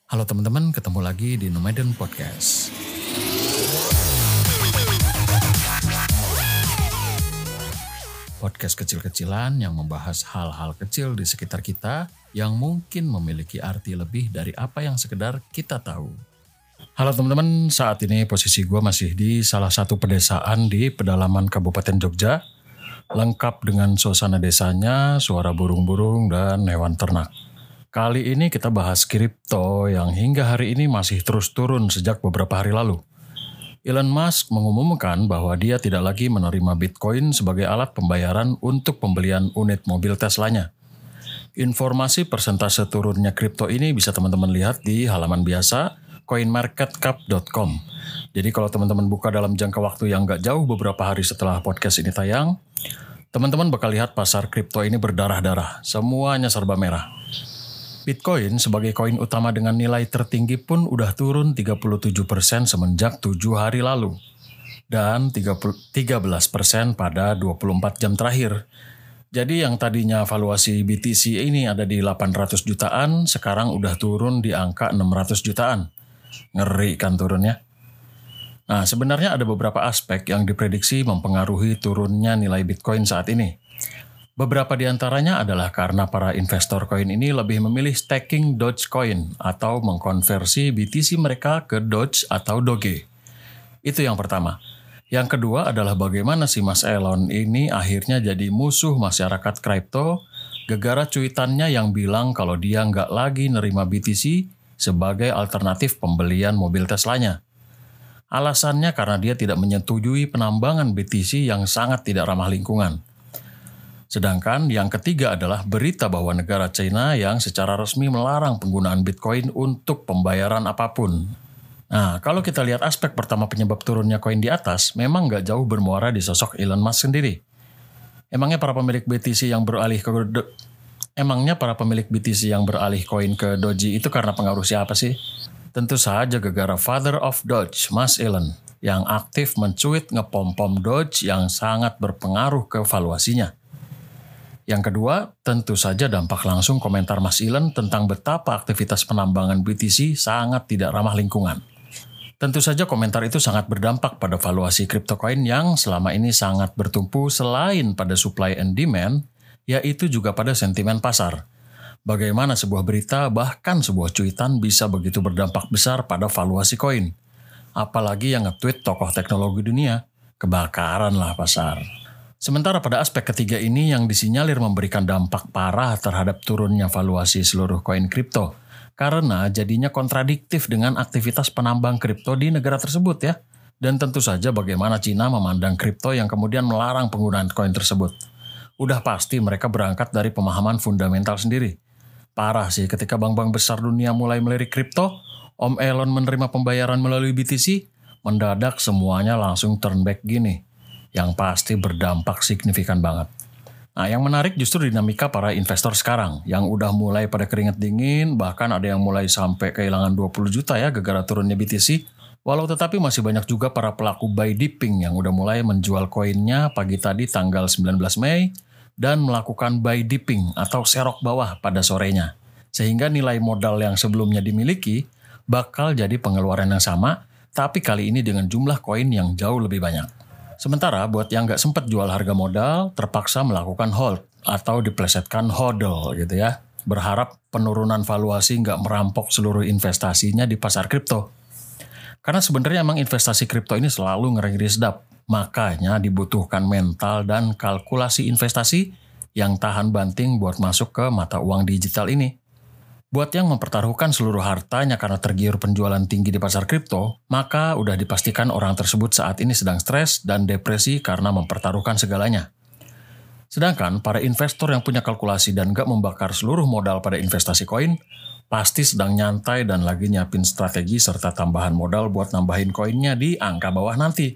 Halo teman-teman, ketemu lagi di Nomaden Podcast. Podcast kecil-kecilan yang membahas hal-hal kecil di sekitar kita yang mungkin memiliki arti lebih dari apa yang sekedar kita tahu. Halo teman-teman, saat ini posisi gue masih di salah satu pedesaan di pedalaman Kabupaten Jogja, lengkap dengan suasana desanya, suara burung-burung, dan hewan ternak. Kali ini kita bahas kripto yang hingga hari ini masih terus turun sejak beberapa hari lalu. Elon Musk mengumumkan bahwa dia tidak lagi menerima Bitcoin sebagai alat pembayaran untuk pembelian unit mobil Teslanya. Informasi persentase turunnya kripto ini bisa teman-teman lihat di halaman biasa coinmarketcap.com. Jadi kalau teman-teman buka dalam jangka waktu yang gak jauh beberapa hari setelah podcast ini tayang, teman-teman bakal lihat pasar kripto ini berdarah-darah, semuanya serba merah. Bitcoin sebagai koin utama dengan nilai tertinggi pun udah turun 37% semenjak 7 hari lalu. Dan 13% pada 24 jam terakhir. Jadi yang tadinya valuasi BTC ini ada di 800 jutaan, sekarang udah turun di angka 600 jutaan. Ngeri kan turunnya? Nah, sebenarnya ada beberapa aspek yang diprediksi mempengaruhi turunnya nilai Bitcoin saat ini. Beberapa di antaranya adalah karena para investor koin ini lebih memilih staking Dogecoin atau mengkonversi BTC mereka ke Doge atau Doge. Itu yang pertama. Yang kedua adalah bagaimana si Mas Elon ini akhirnya jadi musuh masyarakat kripto gegara cuitannya yang bilang kalau dia nggak lagi nerima BTC sebagai alternatif pembelian mobil Teslanya. Alasannya karena dia tidak menyetujui penambangan BTC yang sangat tidak ramah lingkungan. Sedangkan yang ketiga adalah berita bahwa negara China yang secara resmi melarang penggunaan Bitcoin untuk pembayaran apapun. Nah, kalau kita lihat aspek pertama penyebab turunnya koin di atas, memang nggak jauh bermuara di sosok Elon Musk sendiri. Emangnya para pemilik BTC yang beralih koin ke Doge itu karena pengaruh siapa sih? Tentu saja gegara Father of Doge, Mas Elon, yang aktif mencuit ngepom-pom Doge yang sangat berpengaruh ke valuasinya. Yang kedua, tentu saja dampak langsung komentar Mas Elon tentang betapa aktivitas penambangan BTC sangat tidak ramah lingkungan. Tentu saja komentar itu sangat berdampak pada valuasi cryptocurrency yang selama ini sangat bertumpu selain pada supply and demand, yaitu juga pada sentimen pasar. Bagaimana sebuah berita, bahkan sebuah cuitan bisa begitu berdampak besar pada valuasi koin. Apalagi yang nge-tweet tokoh teknologi dunia, kebakaran lah pasar. Sementara pada aspek ketiga ini yang disinyalir memberikan dampak parah terhadap turunnya valuasi seluruh koin kripto. Karena jadinya kontradiktif dengan aktivitas penambang kripto di negara tersebut ya. Dan tentu saja bagaimana Cina memandang kripto yang kemudian melarang penggunaan koin tersebut. Udah pasti mereka berangkat dari pemahaman fundamental sendiri. Parah sih ketika bank-bank besar dunia mulai melirik kripto, Om Elon menerima pembayaran melalui BTC, mendadak semuanya langsung turn back gini. Yang pasti berdampak signifikan banget. Nah, yang menarik justru dinamika para investor sekarang, yang udah mulai pada keringat dingin, bahkan ada yang mulai sampai kehilangan 20 juta ya gegara turunnya BTC, walau tetapi masih banyak juga para pelaku buy dipping yang udah mulai menjual koinnya pagi tadi tanggal 19 Mei, dan melakukan buy dipping atau serok bawah pada sorenya. Sehingga nilai modal yang sebelumnya dimiliki bakal jadi pengeluaran yang sama, tapi kali ini dengan jumlah koin yang jauh lebih banyak. Sementara buat yang nggak sempat jual harga modal, terpaksa melakukan hold atau diplesetkan hodl gitu ya. Berharap penurunan valuasi nggak merampok seluruh investasinya di pasar kripto. Karena sebenarnya emang investasi kripto ini selalu ngeri-ngeri sedap. Makanya dibutuhkan mental dan kalkulasi investasi yang tahan banting buat masuk ke mata uang digital ini. Buat yang mempertaruhkan seluruh hartanya karena tergiur penjualan tinggi di pasar kripto, maka udah dipastikan orang tersebut saat ini sedang stres dan depresi karena mempertaruhkan segalanya. Sedangkan para investor yang punya kalkulasi dan gak membakar seluruh modal pada investasi koin, pasti sedang nyantai dan lagi nyiapin strategi serta tambahan modal buat nambahin koinnya di angka bawah nanti.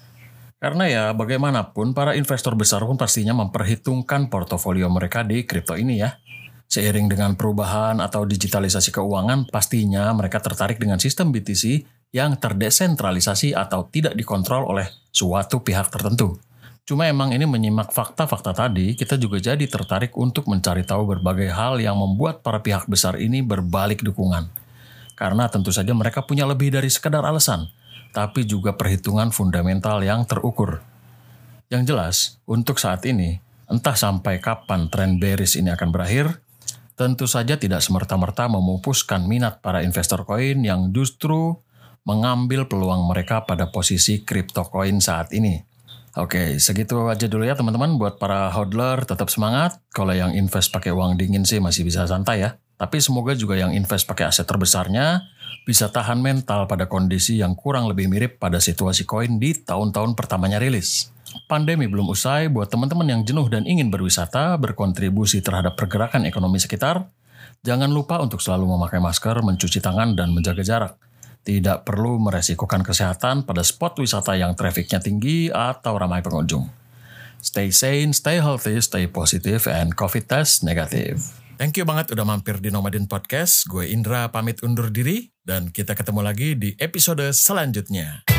Karena ya bagaimanapun para investor besar pun pastinya memperhitungkan portofolio mereka di kripto ini ya. Seiring dengan perubahan atau digitalisasi keuangan, pastinya mereka tertarik dengan sistem BTC yang terdesentralisasi atau tidak dikontrol oleh suatu pihak tertentu. Cuma emang ini menyimak fakta-fakta tadi, kita juga jadi tertarik untuk mencari tahu berbagai hal yang membuat para pihak besar ini berbalik dukungan. Karena tentu saja mereka punya lebih dari sekedar alasan, tapi juga perhitungan fundamental yang terukur. Yang jelas, untuk saat ini, entah sampai kapan tren bearish ini akan berakhir, tentu saja tidak semerta-merta memupuskan minat para investor koin yang justru mengambil peluang mereka pada posisi crypto koin saat ini. Oke, segitu aja dulu ya teman-teman. Buat para hodler tetap semangat. Kalau yang invest pakai uang dingin sih masih bisa santai ya. Tapi semoga juga yang invest pakai aset terbesarnya bisa tahan mental pada kondisi yang kurang lebih mirip pada situasi koin di tahun-tahun pertamanya rilis. Pandemi belum usai, buat teman-teman yang jenuh dan ingin berwisata, berkontribusi terhadap pergerakan ekonomi sekitar, jangan lupa untuk selalu memakai masker, mencuci tangan, dan menjaga jarak. Tidak perlu meresikokan kesehatan pada spot wisata yang trafiknya tinggi atau ramai pengunjung. Stay sane, stay healthy, stay positive, and COVID test negative. Thank you banget udah mampir di Nomadin Podcast. Gue Indra pamit undur diri, dan kita ketemu lagi di episode selanjutnya.